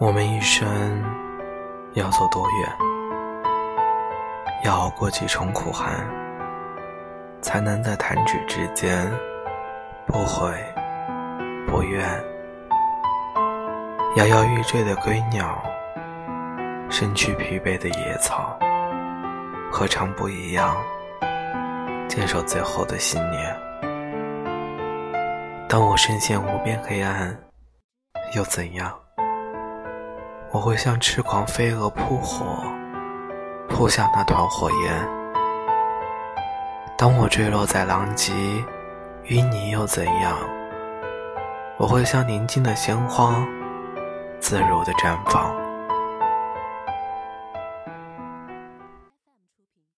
我们一生要走多远，要熬过几重苦寒，才能在弹指之间不悔不怨。摇摇欲坠的归鸟，身躯疲惫的野草，何尝不一样，坚守最后的信念。当我深陷无边黑暗，又怎样？我会像痴狂飞蛾扑火，扑向那团火焰。当我坠落在狼藉淤泥又怎样？我会像宁静的鲜花，自如地绽放。